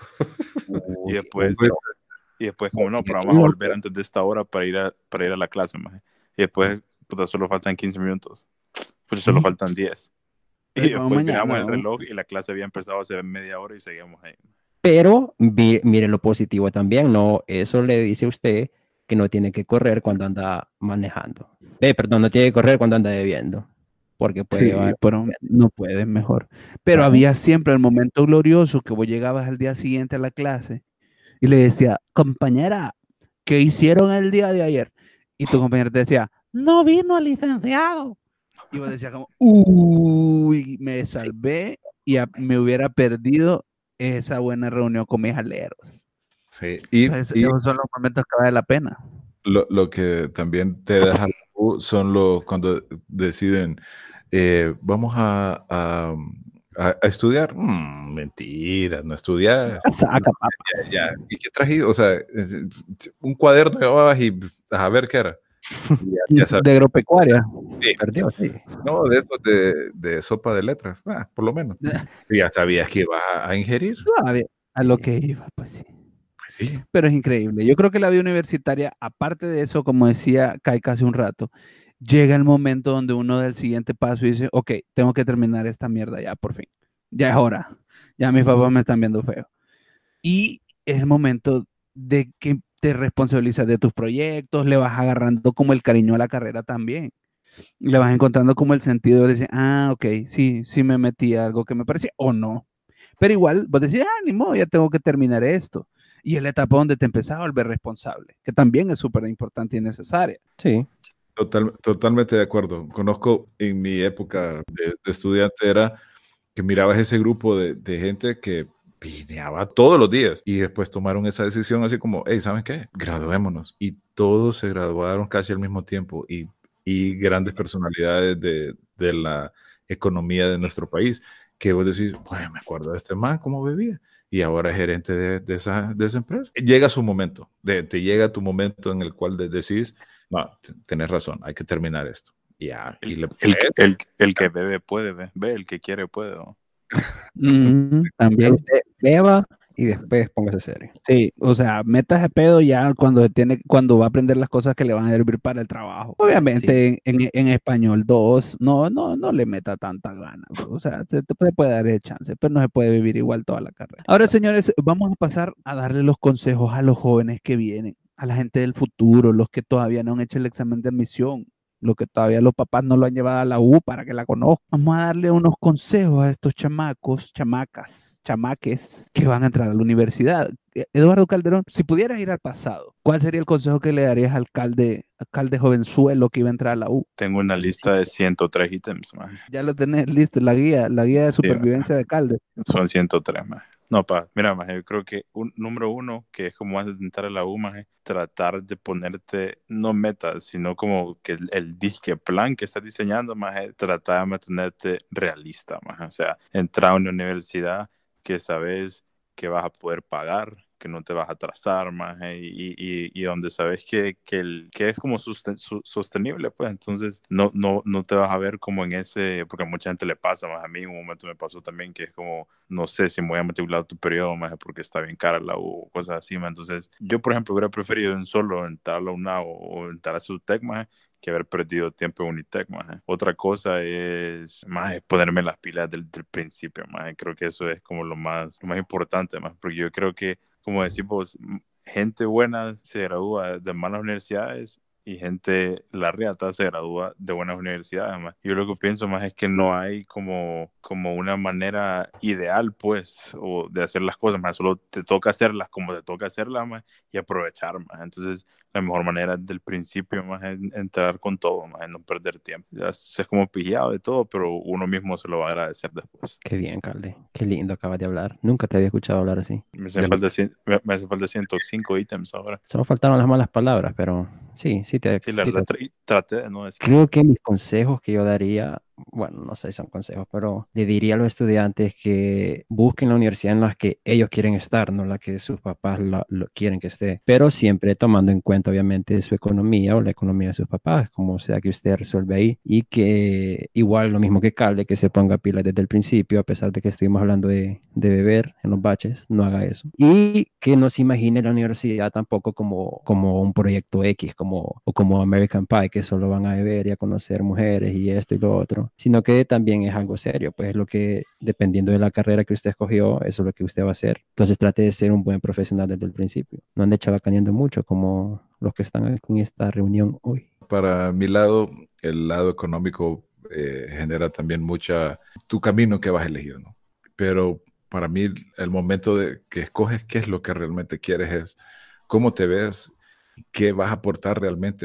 uy, Y después como no, pero vamos a volver antes de esta hora para ir a la clase, maje. Y después, puta, solo faltan 15 minutos. Pues solo faltan 10. Y Pero después mañana, miramos el ¿no? reloj y la clase había empezado hace media hora y seguíamos ahí. pero mire lo positivo también, no, eso le dice a usted que no tiene que correr cuando anda manejando. Perdón, no tiene que correr cuando anda bebiendo, porque puede Sí, llevar. pero no puedes mejor. Pero Ah. había siempre el momento glorioso que vos llegabas al día siguiente a la clase y le decía, compañera, ¿qué hicieron el día de ayer? Y tu compañera te decía, no vino el licenciado. Y vos decías como, uy, me salvé y me hubiera perdido esa buena reunión con mis aleros. Sí. Esos son los momentos que vale la pena. Lo que también te deja son cuando deciden, vamos a estudiar. Mentira, no estudiar. Saca, papá. Ya. ¿Y qué trajiste? O sea, un cuaderno llevabas y a ver qué era. Ya sabes. De agropecuaria. Sí. Perdió, sí. No, de esos de sopa de letras, por lo menos. Ya sabías que ibas a ingerir. A ver, a lo que iba, pues sí. Sí, pero es increíble. Yo creo que la vida universitaria, aparte de eso, como decía Kai hace un rato, llega el momento donde uno da el siguiente paso y dice, ok, tengo que terminar esta mierda ya, por fin. Ya es hora. Ya mis papás me están viendo feo. Y es el momento de que te responsabilizas de tus proyectos, le vas agarrando como el cariño a la carrera también. Le vas encontrando como el sentido de decir, ah, ok, sí, sí me metí a algo que me parecía o no. Pero igual, vos decís, ah, ni modo, ya tengo que terminar esto. Y es la etapa donde te empezás a volver responsable, que también es súper importante y necesaria. Sí, totalmente de acuerdo. Conozco en mi época de estudiante era que mirabas ese grupo de gente que pineaba todos los días y después tomaron esa decisión así como, hey, ¿saben qué? Graduémonos. Y todos se graduaron casi al mismo tiempo y grandes personalidades de la economía de nuestro país, que vos decís, bueno, me acuerdo de este man, cómo bebía, y ahora es gerente de esa empresa. Llega su momento, te llega tu momento en el cual decís, no, tenés razón, hay que terminar esto. Y ya, y El que bebe puede, ve, el que quiere puede. ¿No? También. usted beba y después póngase serio. Sí, o sea, metas de pedo ya cuando va a aprender las cosas que le van a servir para el trabajo. Obviamente en español 2 no le meta tanta gana, bro. O sea, te puede dar ese chance, pero no se puede vivir igual toda la carrera. Ahora, señores, vamos a pasar a darle los consejos a los jóvenes que vienen, a la gente del futuro, los que todavía no han hecho el examen de admisión, los que todavía los papás no lo han llevado a la U para que la conozcan. Vamos a darle unos consejos a estos chamacos, chamacas, chamaques que van a entrar a la universidad. Eduardo Calderón, si pudieras ir al pasado, ¿cuál sería el consejo que le darías al alcalde jovenzuelo que iba a entrar a la U? Tengo una lista de 103 ítems, man. Ya lo tenés listo, la guía de Sí, supervivencia de Calde. son 103, más. No, mira, más, yo creo que número uno, que es como antes de entrar a la U, más, es tratar de ponerte, no metas, sino como que el disque plan que estás diseñando, más, es tratar de mantenerte realista, más. O sea, entrar a una universidad que sabes que vas a poder pagar, que no te vas a atrasar, más, y donde sabes que es como sostenible, pues entonces no te vas a ver como en ese, porque a mucha gente le pasa, más a mí en un momento me pasó también que es como, no sé si me voy a matricular tu periodo, más porque está bien cara la U o cosas así, más. Entonces yo, por ejemplo, hubiera preferido en solo entrar a la UNA o entrar a SUTEC, más, que haber perdido tiempo en Unitec, más. Otra cosa es más ponerme las pilas del principio, más. Creo que eso es como lo más importante, más, porque yo creo que, como decimos, gente buena se gradúa de malas universidades y gente la reata se gradúa de buenas universidades, más. Yo lo que pienso más es que no hay como una manera ideal, pues, o de hacer las cosas, más. Solo te toca hacerlas como te toca hacerlas, más, y aprovechar, más. Entonces, la mejor manera del principio, más, es entrar con todo, más, no perder tiempo. Ya es como pillado de todo, pero uno mismo se lo va a agradecer después. Qué bien, Calde. Qué lindo acabas de hablar. Nunca te había escuchado hablar así. Me hace falta 105 ítems ahora. Solo faltaron las malas palabras, pero sí, Sí, la verdad, traté de no decir. Creo que mis consejos que yo daría, bueno, no sé si son consejos, pero le diría a los estudiantes que busquen la universidad en la que ellos quieren estar, no la que sus papás lo quieren que esté, pero siempre tomando en cuenta, obviamente, su economía o la economía de sus papás, como sea que usted resuelve ahí, y que igual lo mismo que Calde, que se ponga pilas desde el principio, a pesar de que estuvimos hablando de beber en los baches, no haga eso. Y que no se imagine la universidad tampoco como un proyecto X, o como American Pie, que solo van a beber y a conocer mujeres y esto y lo otro, sino que también es algo serio, pues es lo que, dependiendo de la carrera que usted escogió, eso es lo que usted va a hacer. Entonces trate de ser un buen profesional desde el principio. No ande chavacaneando mucho como los que están en esta reunión hoy. Para mi lado, el lado económico genera también tu camino que vas a elegir, ¿no? Pero para mí el momento de que escoges qué es lo que realmente quieres es cómo te ves, qué vas a aportar realmente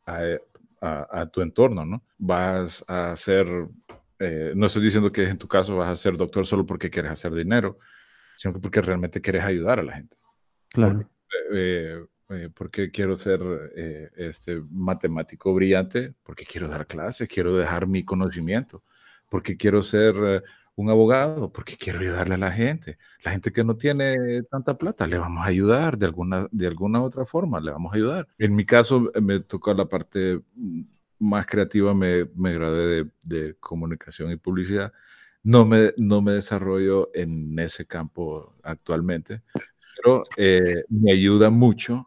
a tu entorno, ¿no? Vas a ser, no estoy diciendo que en tu caso vas a ser doctor solo porque quieres hacer dinero, sino que porque realmente quieres ayudar a la gente. Claro. Porque quiero ser matemático brillante, porque quiero dar clases, quiero dejar mi conocimiento, porque quiero ser un abogado, porque quiero ayudarle a la gente que no tiene tanta plata, le vamos a ayudar de alguna otra forma, le vamos a ayudar. En mi caso me tocó la parte más creativa, me gradué de comunicación y publicidad, no me desarrollo en ese campo actualmente, pero me ayuda mucho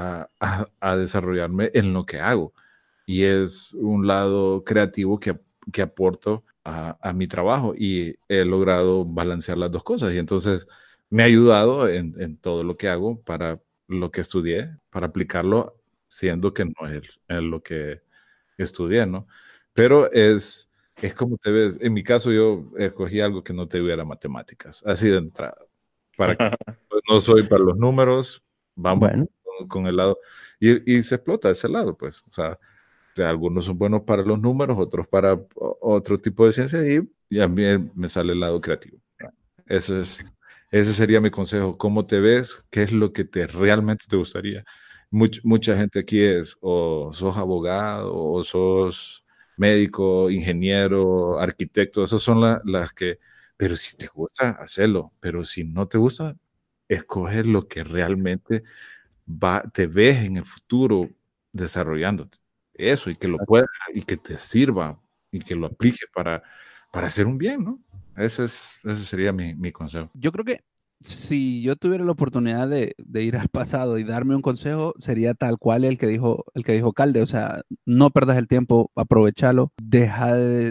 a desarrollarme en lo que hago. Y es un lado creativo que aporto a mi trabajo y he logrado balancear las dos cosas. Y entonces me ha ayudado en todo lo que hago para lo que estudié, para aplicarlo, siendo que no es lo que estudié, ¿no? Pero es como te ves. En mi caso, yo escogí algo que no tuviera matemáticas, así de entrada. Para que, pues, no soy para los números, vamos Bueno, con el lado. Y se explota ese lado, pues. O sea, algunos son buenos para los números, otros para otro tipo de ciencia y a mí me sale el lado creativo. Eso es, ese sería mi consejo. ¿Cómo te ves? ¿Qué es lo que realmente te gustaría? Mucha gente aquí es o sos abogado o sos médico, ingeniero, arquitecto. Esas son las que, pero si te gusta, hacerlo. Pero si no te gusta, escoge lo que realmente te ves en el futuro desarrollándote. Eso, y que lo puedas, y que te sirva, y que lo apliques para hacer un bien, ¿no? Ese sería mi consejo. Yo creo que si yo tuviera la oportunidad de ir al pasado y darme un consejo, sería tal cual el que dijo Calde. O sea, no perdas el tiempo, aprovechalo, deja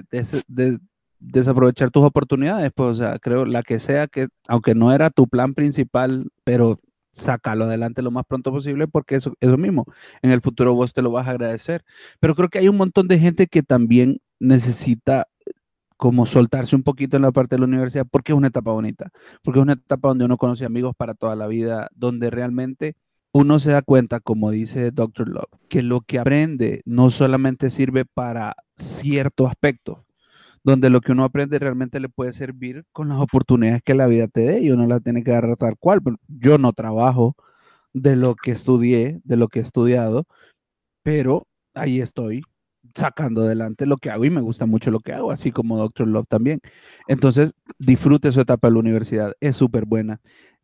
de desaprovechar tus oportunidades. Pues, o sea, creo la que sea que, aunque no era tu plan principal, pero sácalo adelante lo más pronto posible porque eso mismo, en el futuro vos te lo vas a agradecer. Pero creo que hay un montón de gente que también necesita como soltarse un poquito en la parte de la universidad, porque es una etapa bonita, porque es una etapa donde uno conoce amigos para toda la vida, donde realmente uno se da cuenta, como dice Dr. Love, que lo que aprende no solamente sirve para cierto aspecto, donde lo que uno aprende realmente le puede servir con las oportunidades que la vida te dé y uno la tiene que agarrar tal cual. Yo no trabajo de lo que estudié, de lo que he estudiado, pero ahí estoy sacando adelante lo que hago y me gusta mucho lo que hago, así como Doctor Love también. Entonces, disfrute su etapa de la universidad, es súper buena.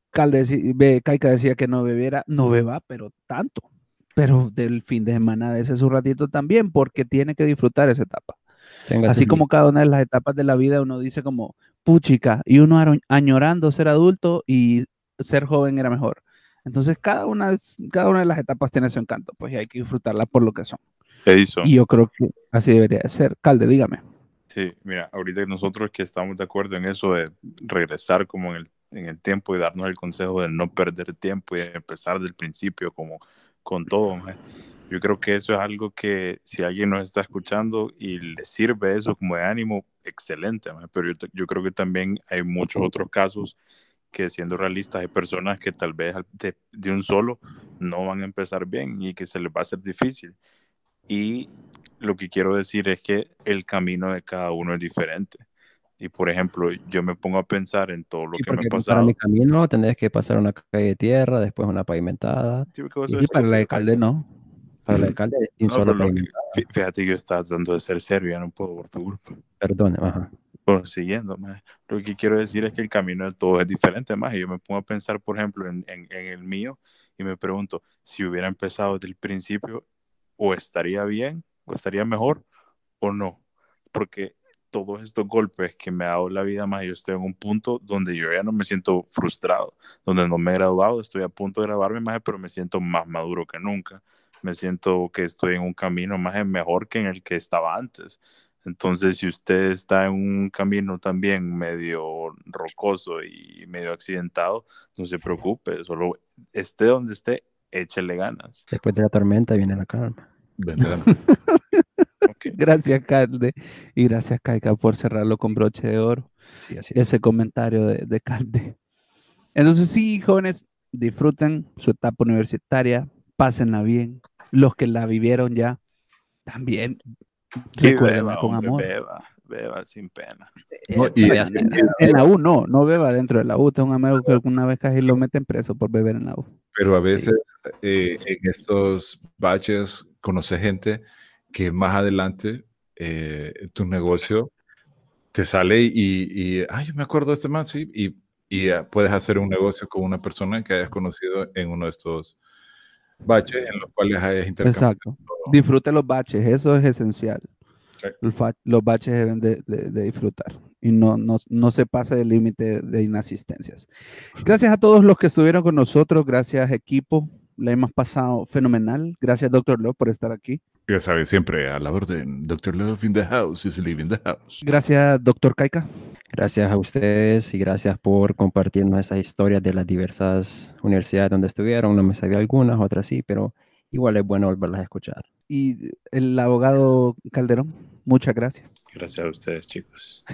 Kaika decía que no bebiera, no beba, pero tanto. Pero del fin de semana, de ese su ratito también, porque tiene que disfrutar esa etapa. Así como cada una de las etapas de la vida, uno dice como, puchica, y uno añorando ser adulto y ser joven era mejor. Entonces, cada una de las etapas tiene su encanto, pues y hay que disfrutarla por lo que son. Edison. Y yo creo que así debería de ser. Calde, dígame. Sí, mira, ahorita nosotros que estamos de acuerdo en eso de regresar como en el tiempo y darnos el consejo de no perder tiempo y de empezar del principio como con todo, ¿no? Yo creo que eso es algo que si alguien nos está escuchando y le sirve eso como de ánimo, excelente, ¿no? Pero yo creo que también hay muchos otros casos que siendo realistas hay personas que tal vez de un solo no van a empezar bien y que se les va a hacer difícil. Y lo que quiero decir es que el camino de cada uno es diferente. Y por ejemplo, yo me pongo a pensar en todo lo sí, que me ha porque para pasado. mi camino tendrías que pasar una calle de tierra, después una pavimentada. Sí, porque vos Y sos para la de estúpido. Calde no. Para el alcalde, un No, solo pero pavimentada. fíjate que yo estaba tratando de ser serio, ya no puedo por tu culpa. Perdón, ajá. Bueno, siguiendo, más. Lo que quiero decir es que el camino de todos es diferente, más. Y yo me pongo a pensar, por ejemplo, en el mío y me pregunto, si hubiera empezado desde el principio, o estaría bien, o estaría mejor, o no. Porque todos estos golpes que me ha dado la vida, más yo estoy en un punto donde yo ya no me siento frustrado, donde no me he graduado, estoy a punto de graduarme, más, pero me siento más maduro que nunca. Me siento que estoy en un camino más mejor que en el que estaba antes. Entonces, si usted está en un camino también medio rocoso y medio accidentado, no se preocupe, solo esté donde esté, échele ganas. Después de la tormenta viene la calma. Vendrán. Okay. Gracias, Calde. Y gracias, Kaika, por cerrarlo con broche de oro. Sí, así es. Ese comentario de Calde. Entonces, sí, jóvenes, disfruten su etapa universitaria, pásenla bien. Los que la vivieron ya, también Y recuérdenla beba, con hombre, amor. beba sin pena. No, En la U no beba dentro de la U. Tengo un amigo que alguna vez casi lo meten preso por beber en la U. pero a Sí. veces en estos baches conoces gente que más adelante tu negocio te sale ay, yo me acuerdo de este man, sí, y puedes hacer un negocio con una persona que hayas conocido en uno de estos baches en los cuales hayas intercambiado. Exacto. Disfrute los baches, eso es esencial. Los baches deben de disfrutar y no se pase del límite de inasistencias. Gracias a todos los que estuvieron con nosotros. Gracias, equipo. La hemos pasado fenomenal. Gracias, Dr. Love, por estar aquí. Ya sabes, siempre a la orden. Dr. Love in the house is living the house. Gracias, Dr. Kaika. Gracias a ustedes y gracias por compartirnos esas historias de las diversas universidades donde estuvieron. No me sabía algunas, otras sí, pero igual es bueno volverlas a escuchar. Y el abogado Calderón, muchas gracias. Gracias a ustedes, chicos.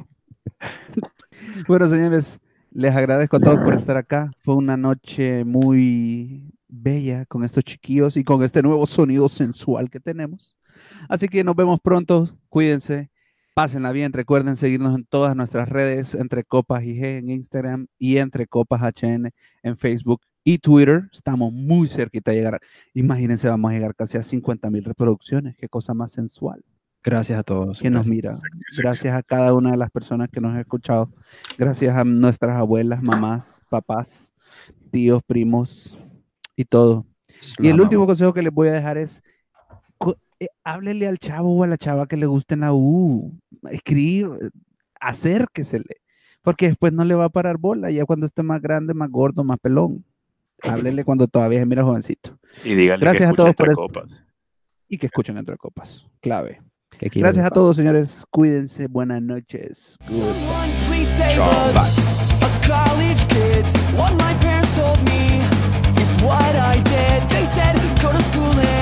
Bueno, señores, les agradezco a todos por estar acá. Fue una noche muy bella con estos chiquillos y con este nuevo sonido sensual que tenemos. Así que nos vemos pronto. Cuídense. Pásenla bien. Recuerden seguirnos en todas nuestras redes, Entre Copas IG en Instagram y Entre Copas HN en Facebook y Twitter. Estamos muy cerquita de llegar. Imagínense, vamos a llegar casi a 50,000 reproducciones. Qué cosa más sensual. Gracias a todos. Que nos Gracias. mira. Gracias a cada una de las personas que nos ha escuchado. Gracias a nuestras abuelas, mamás, papás, tíos, primos y todo. Y el último consejo que les voy a dejar es háblele al chavo o a la chava que le guste en la U. Escribe, acérquesele. Porque después no le va a parar bola. Ya cuando esté más grande, más gordo, más pelón. Háblele cuando todavía se mira jovencito. Y díganle Gracias que a todos escuchen por Entre Copas. Y que escuchen Entre Copas. Clave. Que aquí Gracias a todos, señores. Cuídense. Buenas noches. Someone please save us college kids. What my parents told me is what I did. They said go to school and